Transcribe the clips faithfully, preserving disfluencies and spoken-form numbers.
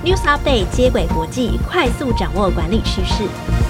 News Update 接轨国际，快速掌握管理趋势。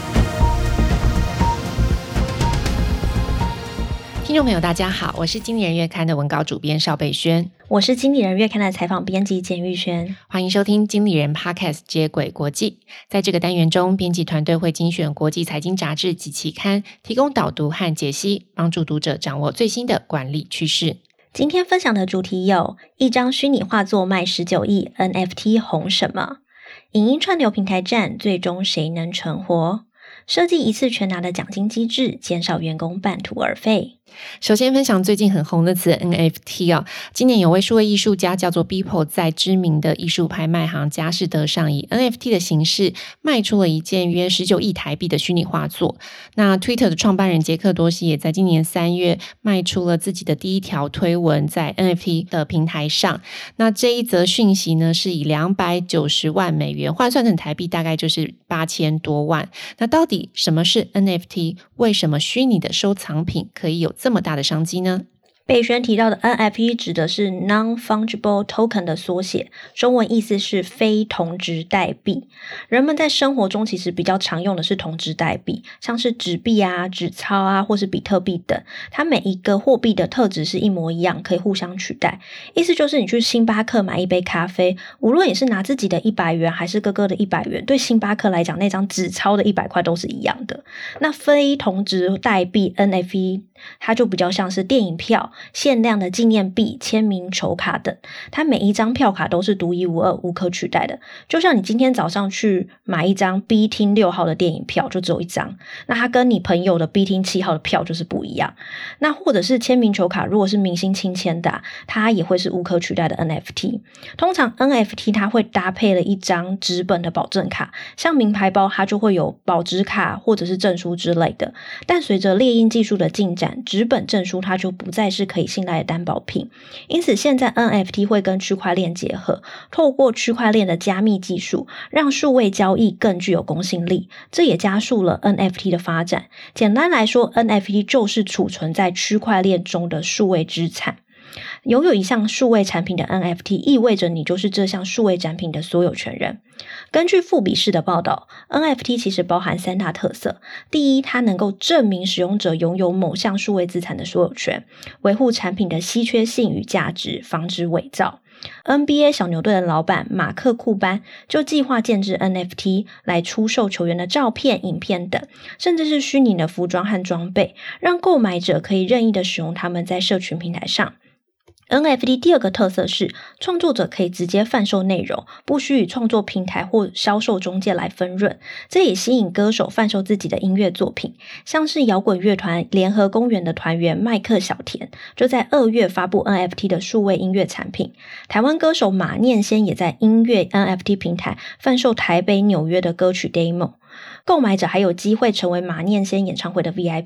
听众朋友大家好，我是经理人月刊的文稿主编邵贝萱， 我是经理人月刊的采访编辑简玉萱， 欢迎收听经理人 Podcast 接轨国际。在这个单元中，编辑团队会精选国际财经杂志及期刊，提供导读和解析，帮助读者掌握最新的管理趋势。 今天分享的主题有：一张虚拟画作卖十九亿 N F T 红什么？影音串流平台战，最终谁能存活？设计一次全拿的奖金机制，减少员工半途而废。 首先分享最近很红的词 N F T 哦，今年有位数位艺术家叫做 Beeple， 在知名的艺术拍卖行佳士得上以 N F T 的形式卖出了一件约十九亿台币的虚拟画作。那 Twitter 的创办人杰克多西也在今年三月卖出了自己的第一条推文在 N F T 的平台上。那这一则讯息呢，是以两百九十万美元换算成台币大概就是八千多万。那到底什么是 N F T？ 为什么虚拟的收藏品可以有这么大的商机呢？ 贝萱提到的 N F T 指的是 Non-Fungible Token 的缩写，中文意思是非同质代币。人们在生活中其实比较常用的是同质代币，像是纸币啊、纸钞啊，或是比特币等，它每一个货币的特质是一模一样，可以互相取代。意思就是你去星巴克买一杯咖啡，无论你是拿自己的一百元还是哥哥的一百元，对星巴克来讲那张纸钞的一百块都是一样的。那非同质代币 N F T 它就比较像是电影票、限量的纪念币、签名筹卡等，它每一张票卡都是独一无二、无可取代的。就像你今天早上去买一张 B 厅六号的电影票，就只有一张，那它跟你朋友的 B 厅七号的票就是不一样。那或者是签名筹卡，如果是明星亲签的、啊，它也会是无可取代的 N F T。通常 N F T 它会搭配了一张纸本的保证卡，像名牌包它就会有保值卡或者是证书之类的。但随着列印技术的进展，纸本证书它就不再是可以信赖的担保品，因此现在 N F T 会跟区块链结合，透过区块链的加密技术，让数位交易更具有公信力，这也加速了 N F T 的发展。简单来说， N F T 就是储存在区块链中的数位资产。拥有一项数位产品的 N F T 意味着你就是这项数位产品的所有权人。根据富比士的报道， N F T 其实包含三大特色。第一，它能够证明使用者拥有某项数位资产的所有权，维护产品的稀缺性与价值，防止伪造。N B A 小牛队的老板马克库班就计划建制 N F T 来出售球员的照片、影片等，甚至是虚拟的服装和装备，让购买者可以任意的使用它们在社群平台上。N F T 第二个特色是，创作者可以直接贩售内容，不需与创作平台或销售中介来分润，这也吸引歌手贩售自己的音乐作品。像是摇滚乐团联合公园的团员麦克小田，就在二月发布 N F T 的数位音乐产品。台湾歌手马念先也在音乐 N F T 平台贩售台北、纽约的歌曲 demo， 购买者还有机会成为马念先演唱会的 V I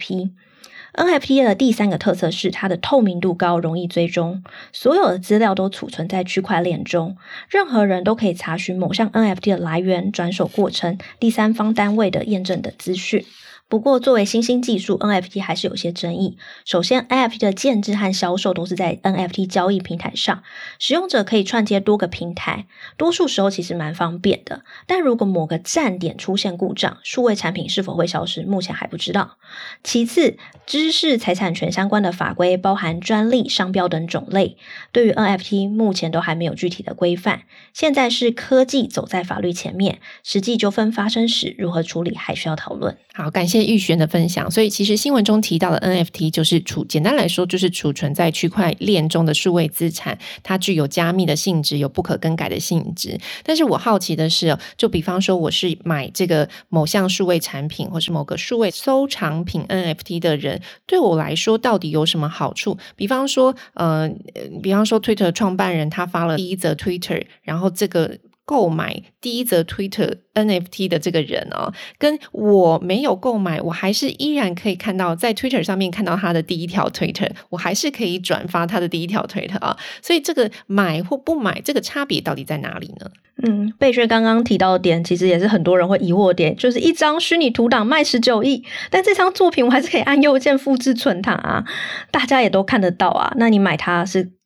P。N F T 的第三个特色是它的透明度高，容易追踪，所有的资料都储存在区块链中，任何人都可以查询某项 N F T 的来源、转手过程、第三方单位的验证等资讯。不过作为新兴技术， N F T 还是有些争议。首先 N F T 的建制和销售都是在 N F T 交易平台上，使用者可以串接多个平台，多数时候其实蛮方便的，但如果某个站点出现故障，数位产品是否会消失，目前还不知道。其次，知识财产权相关的法规包含专利、商标等种类，对于 N F T 目前都还没有具体的规范。现在是科技走在法律前面，实际纠纷发生时如何处理还需要讨论。 好，感谢玉璇的分享。所以其实新闻中提到的 N F T 就是储，简单来说就是储存在区块链中的数位资产，它具有加密的性质，有不可更改的性质。但是我好奇的是，就比方说我是买这个某项数位产品或是某个数位收藏品 N F T 的人，对我来说到底有什么好处？比方说呃，比方说 Twitter 创办人他发了第一则 Twitter， 然后这个购买第一则 Twitter N F T 的这个人哦，跟我没有购买，我还是依然可以看到在 Twitter 上面看到他的第一条 Twitter， 我还是可以转发他的第一条 Twitter 啊。所以这个买或不买，这个差别到底在哪里呢？ 嗯，贝萱刚刚提到的点，其实也是很多人会疑惑的点，就是一张虚拟图档卖十九亿，但这张作品我还是可以按右键复制存档啊，大家也都看得到啊，那你买它是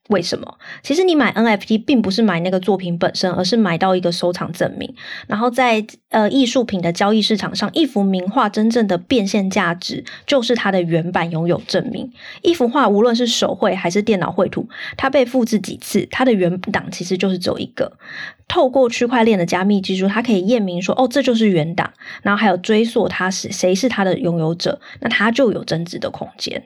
为什么？其实你买 N F T 并不是买那个作品本身，而是买到一个收藏证明。然后在呃艺术品的交易市场上，一幅名画真正的变现价值就是它的原版拥有证明。一幅画无论是手绘还是电脑绘图，它被复制几次，它的原档其实就是只有一个。透过区块链的加密技术，它可以验明说哦这就是原档，然后还有追溯它是谁是它的拥有者，那它就有增值的空间。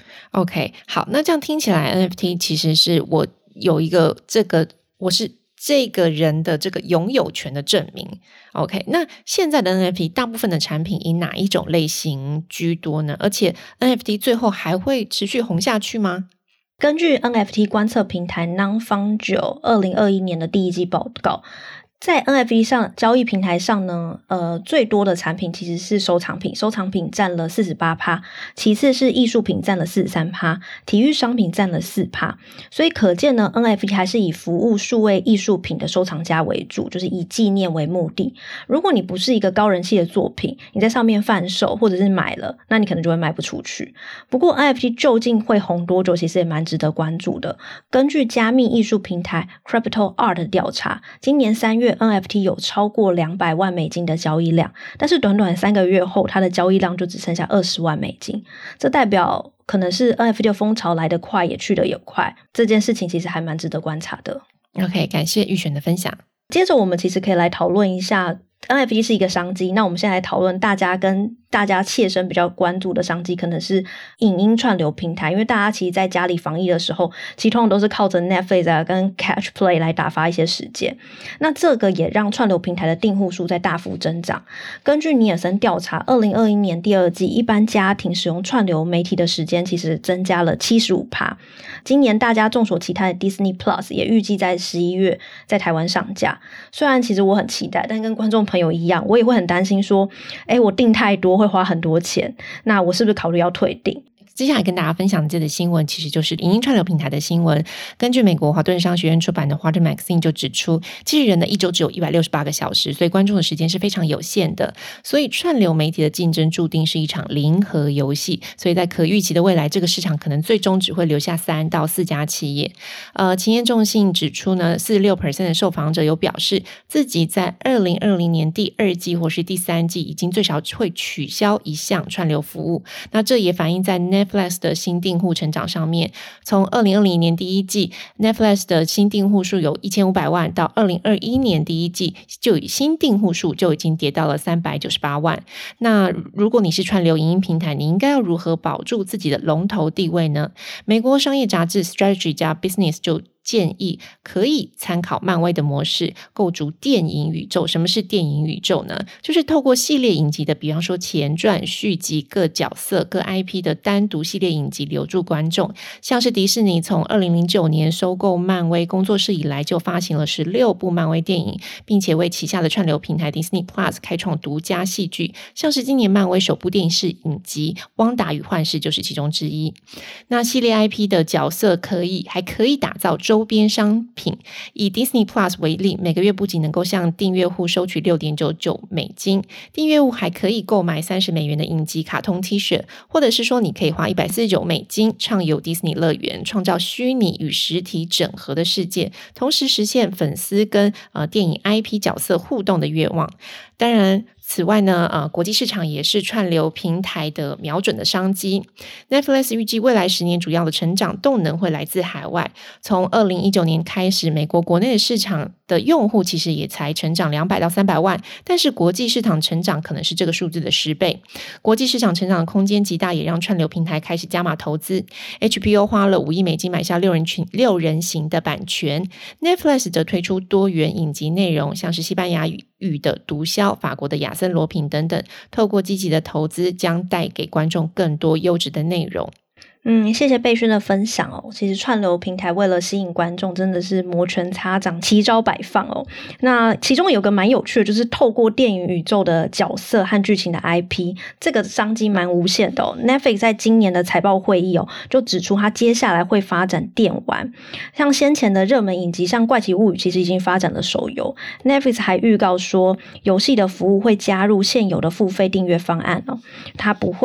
OK， 好，那这样听起来 N F T 其实是我有一个这个我是这个人的这个拥有权的证明。OK， 那现在的 N F T 大部分的产品以哪一种类型居多呢？而且 N F T 最后还会持续红下去吗？ 根据 N F T 观测平台 NonFungible 二零二一年的第一季报告，在 N F T 上交易平台上呢，呃，最多的产品其实是收藏品，收藏品占了 百分之四十八， 其次是艺术品占了 百分之四十三， 体育商品占了 百分之四， 所以可见呢 N F T 还是以服务数位艺术品的收藏家为主，就是以纪念为目的。如果你不是一个高人气的作品，你在上面贩售或者是买了，那你可能就会卖不出去。不过 N F T 究竟会红多久，其实也蛮值得关注的。根据加密艺术平台 Crypto Art 的调查，今年三月N F T 有超过两百万美金的交易量，但是短短三个月后，它的交易量就只剩下二十万美金。这代表可能是 N F T 的风潮来得快，也去得也快。这件事情其实还蛮值得观察的。 OK， 感谢玉璇的分享。 接着我们其实可以来讨论一下 N F T 是一个商机，那我们现在来讨论大家跟大家切身比较关注的商机，可能是影音串流平台。因为大家其实在家里防疫的时候，其实通常都是靠着 Netflix 啊跟 Catch Play 来打发一些时间，那这个也让串流平台的订户数在大幅增长。根据尼尔森调查，二零二一年第二季一般家庭使用串流媒体的时间其实增加了 百分之七十五。 今年大家众所期待的 Disney Plus 也预计在十一月在台湾上架。虽然其实我很期待，但跟观众朋友一样，我也会很担心说诶我订太多会花很多钱，那我是不是考虑要退订？ 接下来跟大家分享这个新闻其实就是影音串流平台的新闻。根据美国华顿商学院出版的华顿 Magazine 就指出，其实人的一周只有一百六十八个小时，所以观众的时间是非常有限的，所以串流媒体的竞争注定是一场零和游戏。所以在可预期的未来，这个市场可能最终只会留下三到四家企业。呃，勤业众信指出呢 百分之四十六 的受访者有表示自己在二零二零年第二季或是第三季已经最少会取消一项串流服务。那这也反映在 Netflix 的新订户成长上面，从二零二零年第一季 Netflix 的新订户数有一千五百万，到二零二一年第一季就以新订户数就已经跌到了三百九十八万。那如果你是串流影音平台，你应该要如何保住自己的龙头地位呢？美国商业杂志 Strategy 加 Business 就建议可以参考漫威的模式，构筑电影宇宙。什么是电影宇宙呢？就是透过系列影集的，比方说前传、续集、各角色、各 I P 的单独系列影集留住观众。像是迪士尼从二零零九年收购漫威工作室以来，就发行了十六部漫威电影，并且为旗下的串流平台 Disney Plus 开创独家戏剧。像是今年漫威首部电视影集《汪达与幻视》就是其中之一。那系列 I P 的角色可以还可以打造周边商品。以 Disney Plus 为例，每个月不仅能够向订阅户收取 六点九九美金，订阅户还可以购买三十美元的影集卡通 T 恤，或者是说你可以花一百四十九美金畅游迪士尼乐园，创造虚拟与实体整合的世界，同时实现粉丝跟、呃、电影 I P 角色互动的愿望。当然此外呢，呃，国际市场也是串流平台的瞄准的商机。Netflix 预计未来十年主要的成长动能会来自海外。从二零一九年开始，美国国内的市场的用户其实也才成长两百到三百万，但是国际市场成长可能是这个数字的十倍。国际市场成长的空间极大，也让串流平台开始加码投资。H B O 花了五亿美金买下六人群六人行的版权， Netflix 则推出多元影集内容，像是西班牙语语的毒枭、法国的亚森罗平等等，透过积极的投资将带给观众更多优质的内容。 嗯，谢谢贝勋的分享哦。其实串流平台为了吸引观众，真的是摩拳擦掌、奇招百放哦。那其中有个蛮有趣的，就是透过电影宇宙的角色和剧情的 I P， 这个商机蛮无限的哦。Netflix 在今年的财报会议哦，就指出它接下来会发展电玩，像先前的热门影集，像《怪奇物语》，其实已经发展了手游。Netflix 还预告说，游戏的服务会加入现有的付费订阅方案哦，它不会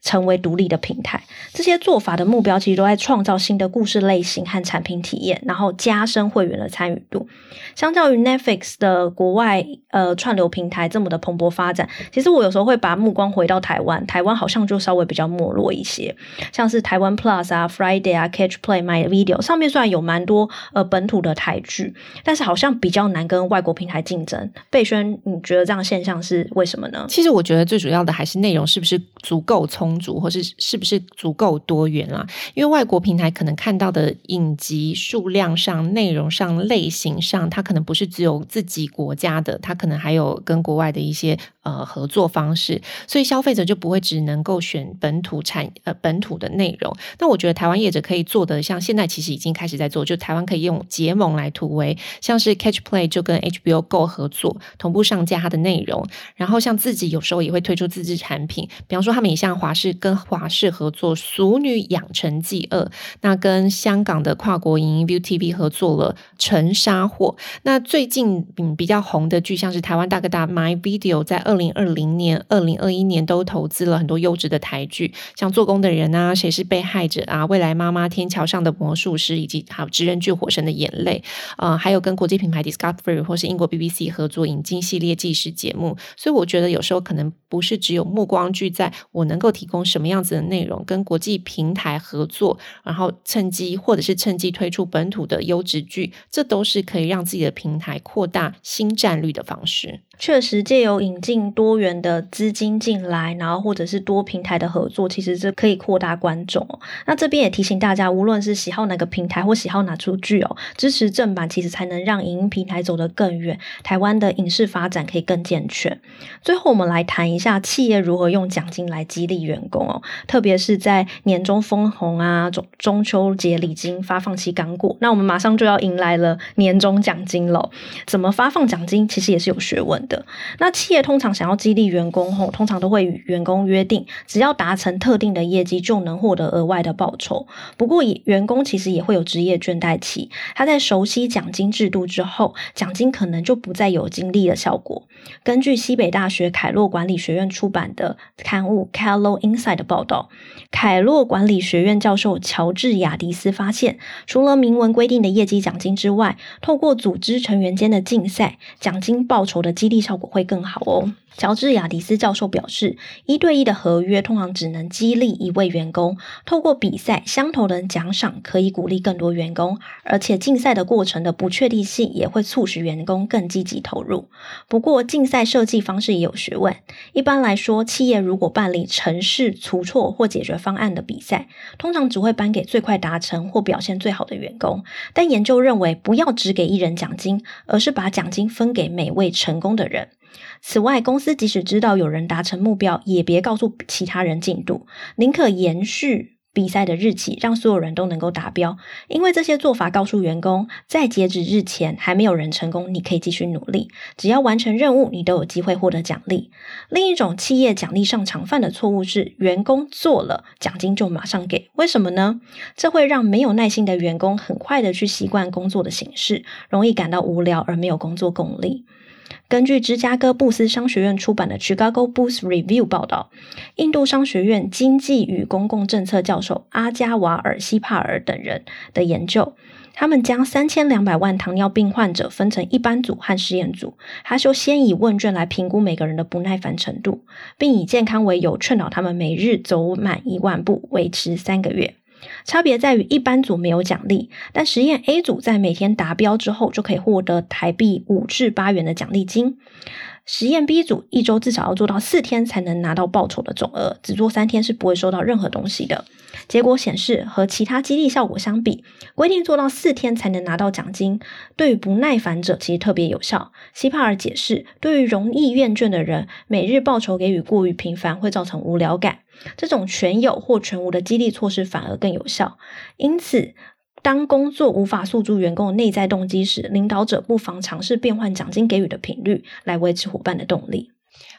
成为独立的平台。这些做法的目标其实都在创造新的故事类型和产品体验，然后加深会员的参与度。相较于 Netflix 的国外呃串流平台这么的蓬勃发展，其实我有时候会把目光回到台湾，台湾好像就稍微比较没落一些，像是台湾 Plus 啊、Friday 啊、Catch Play、My Video 上面虽然有蛮多呃本土的台剧，但是好像比较难跟外国平台竞争。贝萱，你觉得这样的现象是为什么呢？ 其实我觉得最主要的还是内容是不是足够充足，或是是不是足够多元啦。因为外国平台可能看到的影集数量上、内容上、类型上，它可能不是只有自己国家的，它可能还有跟国外的一些呃合作方式，所以消费者就不会只能够选本土产呃本土的内容。那我觉得台湾业者可以做的，像现在其实已经开始在做，就台湾可以用结盟来突围，像是 Catch Play 就跟 H B O Go 合作，同步上架它的内容，然后像自己有时候也会推出自制产品，比方说他们也像华视跟华视合作《俗女养成记二》，那跟香港的跨国影音 ViuTV 合作了《沉沙货》。那最近嗯比较红的剧像是台湾大哥大 My Video 在二零二零年、二零二一年都投资了很多优质的台剧，像做工的人啊、谁是被害者啊、未来妈妈、天桥上的魔术师，以及还有职人剧火神的眼泪，呃，还有跟国际品牌 Discovery 或是英国 B B C 合作引进系列纪实节目。所以我觉得有时候可能不是只有目光聚在我能够提供什么样子的内容，跟国际平台合作，然后趁机或者是趁机推出本土的优质剧，这都是可以让自己的平台扩大新战率的方式。 确实借由引进多元的资金进来，然后或者是多平台的合作，其实这可以扩大观众哦。那这边也提醒大家，无论是喜好哪个平台或喜好哪出剧哦，支持正版其实才能让影音平台走得更远，台湾的影视发展可以更健全。最后我们来谈一下企业如何用奖金来激励员工哦，特别是在年终分红啊、中中秋节礼金发放期刚过，那我们马上就要迎来了年终奖金了。怎么发放奖金其实也是有学问的。那企业通常想要激励员工后，通常都会与员工约定，只要达成特定的业绩就能获得额外的报酬。不过员工其实也会有职业倦怠期，他在熟悉奖金制度之后，奖金可能就不再有激励的效果。根据西北大学凯洛管理学院出版的刊物 Kellogg Insight 的报道，凯洛管理学院教授乔治亚迪斯发现，除了明文规定的业绩奖金之外，透过组织成员间的竞赛，奖金报酬的激励效果会更好哦。乔治亚迪斯教授表示，一对一的合约通常只能激励一位员工，透过比赛相同的奖赏可以鼓励更多员工，而且竞赛的过程的不确定性也会促使员工更积极投入。不过竞赛设计方式也有学问，一般来说，企业如果办理程式除错或解决方案的比赛，通常只会颁给最快达成或表现最好的员工，但研究认为不要只给一人奖金，而是把奖金分给每位成功的人。此外，公司即使知道有人达成目标，也别告诉其他人进度，宁可延续比赛的日期，让所有人都能够达标。因为这些做法告诉员工，在截止日前还没有人成功，你可以继续努力，只要完成任务，你都有机会获得奖励。另一种企业奖励上常犯的错误是，员工做了，奖金就马上给。为什么呢？这会让没有耐心的员工很快的去习惯工作的形式，容易感到无聊而没有工作动力。根据芝加哥布斯商学院出版的 Chicago Booth Review 报道，印度商学院经济与公共政策教授阿加瓦尔希帕尔等人的研究，他们将三千两百万糖尿病患者分成一般组和实验组，他就先以问卷来评估每个人的不耐烦程度，并以健康为由劝导他们每日走满一万步，维持三个月。差别在于一般组没有奖励，但实验 A 组在每天达标之后就可以获得台币五至八元的奖励金。实验 B 组一周至少要做到四天才能拿到报酬的总额，只做三天是不会收到任何东西的。结果显示，和其他激励效果相比，规定做到四天才能拿到奖金，对于不耐烦者其实特别有效。希帕尔解释，对于容易厌倦的人，每日报酬给予过于频繁会造成无聊感，这种全有或全无的激励措施反而更有效。因此，当工作无法诉诸员工的内在动机时，领导者不妨尝试变换奖金给予的频率，来维持伙伴的动力。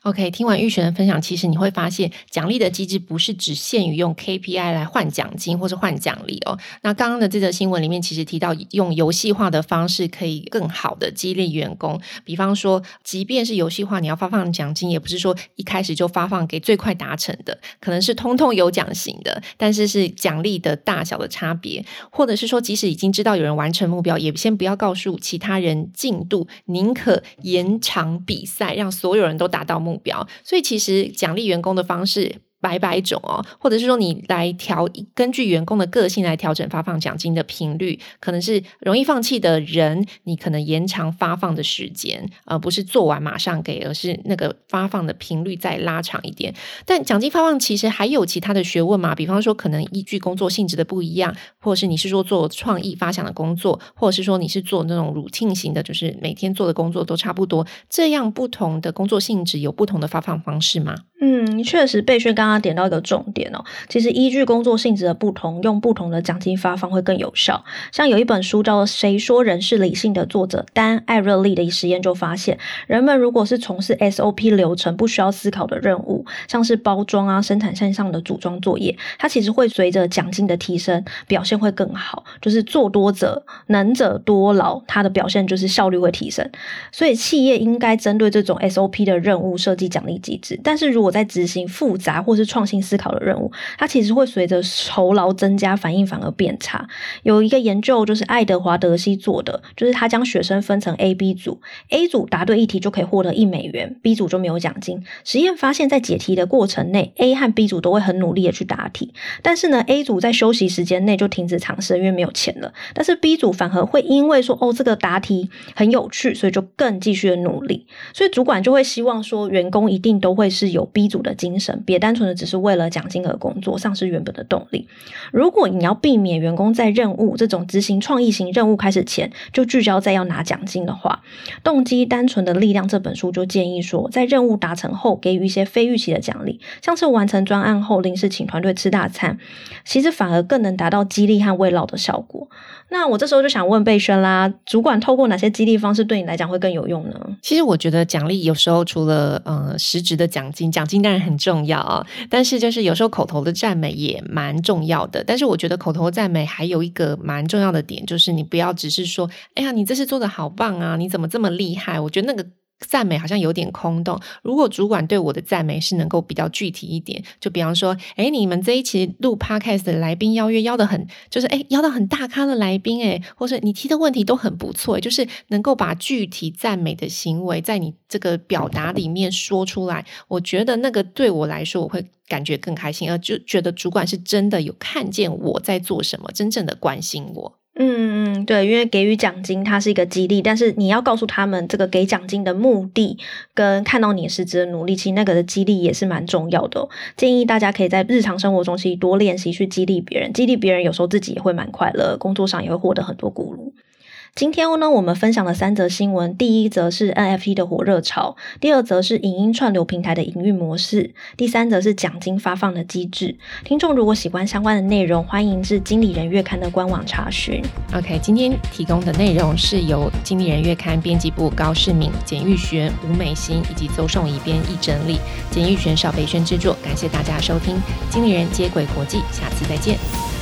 OK， 听完玉璇的分享，其实你会发现奖励的机制不是只限于用 K P I 来换奖金或是换奖励哦。那刚刚的这则新闻里面其实提到用游戏化的方式可以更好的激励员工，比方说即便是游戏化，你要发放奖金也不是说一开始就发放给最快达成的，可能是通通有奖型的，但是是奖励的大小的差别，或者是说即使已经知道有人完成目标，也先不要告诉其他人进度，宁可延长比赛，让所有人都达到目标。所以其实奖励员工的方式百百种哦，或者是说你来调，根据员工的个性来调整发放奖金的频率，可能是容易放弃的人，你可能延长发放的时间，呃，不是做完马上给，而是那个发放的频率再拉长一点。但奖金发放其实还有其他的学问嘛，比方说可能依据工作性质的不一样，或者是你是说做创意发想的工作，或者是说你是做那种 routine 型的，就是每天做的工作都差不多，这样不同的工作性质有不同的发放方式吗？ 嗯，确实贝萱刚刚点到一个重点哦，其实依据工作性质的不同，用不同的奖金发放会更有效。像有一本书叫做《谁说人是理性》的作者丹·艾热利的实验就发现，人们如果是从事 S O P 流程不需要思考的任务，像是包装啊、生产线上的组装作业，它其实会随着奖金的提升表现会更好，就是做多者能者多劳，它的表现就是效率会提升。所以企业应该针对这种 S O P 的任务设计奖励机制，但是如果在执行复杂或是创新思考的任务，它其实会随着酬劳增加，反应反而变差。有一个研究就是爱德华德西做的，就是他将学生分成 A、B 组， A 组答对一题就可以获得一美元， B 组就没有奖金。实验发现在解题的过程内， A 和 B 组都会很努力的去答题，但是呢 A 组在休息时间内就停止尝试，因为没有钱了，但是 B 组反而会因为说哦这个答题很有趣，所以就更继续的努力。所以主管就会希望说员工一定都会是有 B 组的精神，别单纯的只是为了奖金而工作，丧失原本的动力。如果你要避免员工在任务这种执行创意型任务开始前就聚焦在要拿奖金的话，动机单纯的力量这本书就建议说，在任务达成后给予一些非预期的奖励，像是完成专案后临时请团队吃大餐，其实反而更能达到激励和慰劳的效果。那我这时候就想问贝萱啦，主管透过哪些激励方式对你来讲会更有用呢？ 其实我觉得奖励有时候除了呃实质的奖金，奖金当然很重要啊，但是就是有时候口头的赞美也蛮重要的。但是我觉得口头赞美还有一个蛮重要的点，就是你不要只是说哎呀你这次做得好棒啊，你怎么这么厉害，我觉得那个赞美好像有点空洞。如果主管对我的赞美是能够比较具体一点，就比方说诶你们这一期录 podcast 的来宾邀约邀得很，就是诶邀到很大咖的来宾诶，或是你提的问题都很不错，就是能够把具体赞美的行为在你这个表达里面说出来，我觉得那个对我来说我会感觉更开心，而就觉得主管是真的有看见我在做什么，真正的关心我。 嗯嗯，对，因为给予奖金它是一个激励，但是你要告诉他们这个给奖金的目的跟看到你实质的努力，其实那个的激励也是蛮重要的哦。建议大家可以在日常生活中其实多练习去激励别人，激励别人有时候自己也会蛮快乐，工作上也会获得很多鼓舞。今天呢，我们分享了三则新闻，第一则是 N F T 的火热潮，第二则是影音串流平台的营运模式，第三则是奖金发放的机制。听众如果喜欢相关的内容，欢迎至经理人月刊的官网查询。 OK， 今天提供的内容是由经理人月刊编辑部高世敏、简玉璇、吴美心以及邹颂仪编译整理，简玉璇、邵北轩制作。感谢大家收听经理人接轨国际，下次再见。